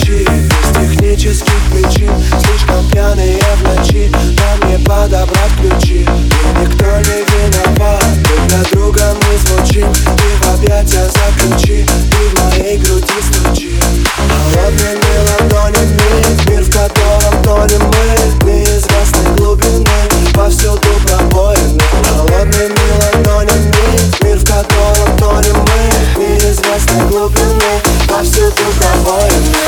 молчи. Без технических причин, слишком пьяные в ночи, нам не подобрать ключи. И никто не виноват, друг для друга мы звучим. Ты в объятия заключи, ты в моей груди стучи. Холодными ладонями мир, в котором тонем мы, неизвестной глубины, повсюду пробоины. Холодными ладонями мир, в котором тонем мы, неизвестной глубины, повсюду пробоины.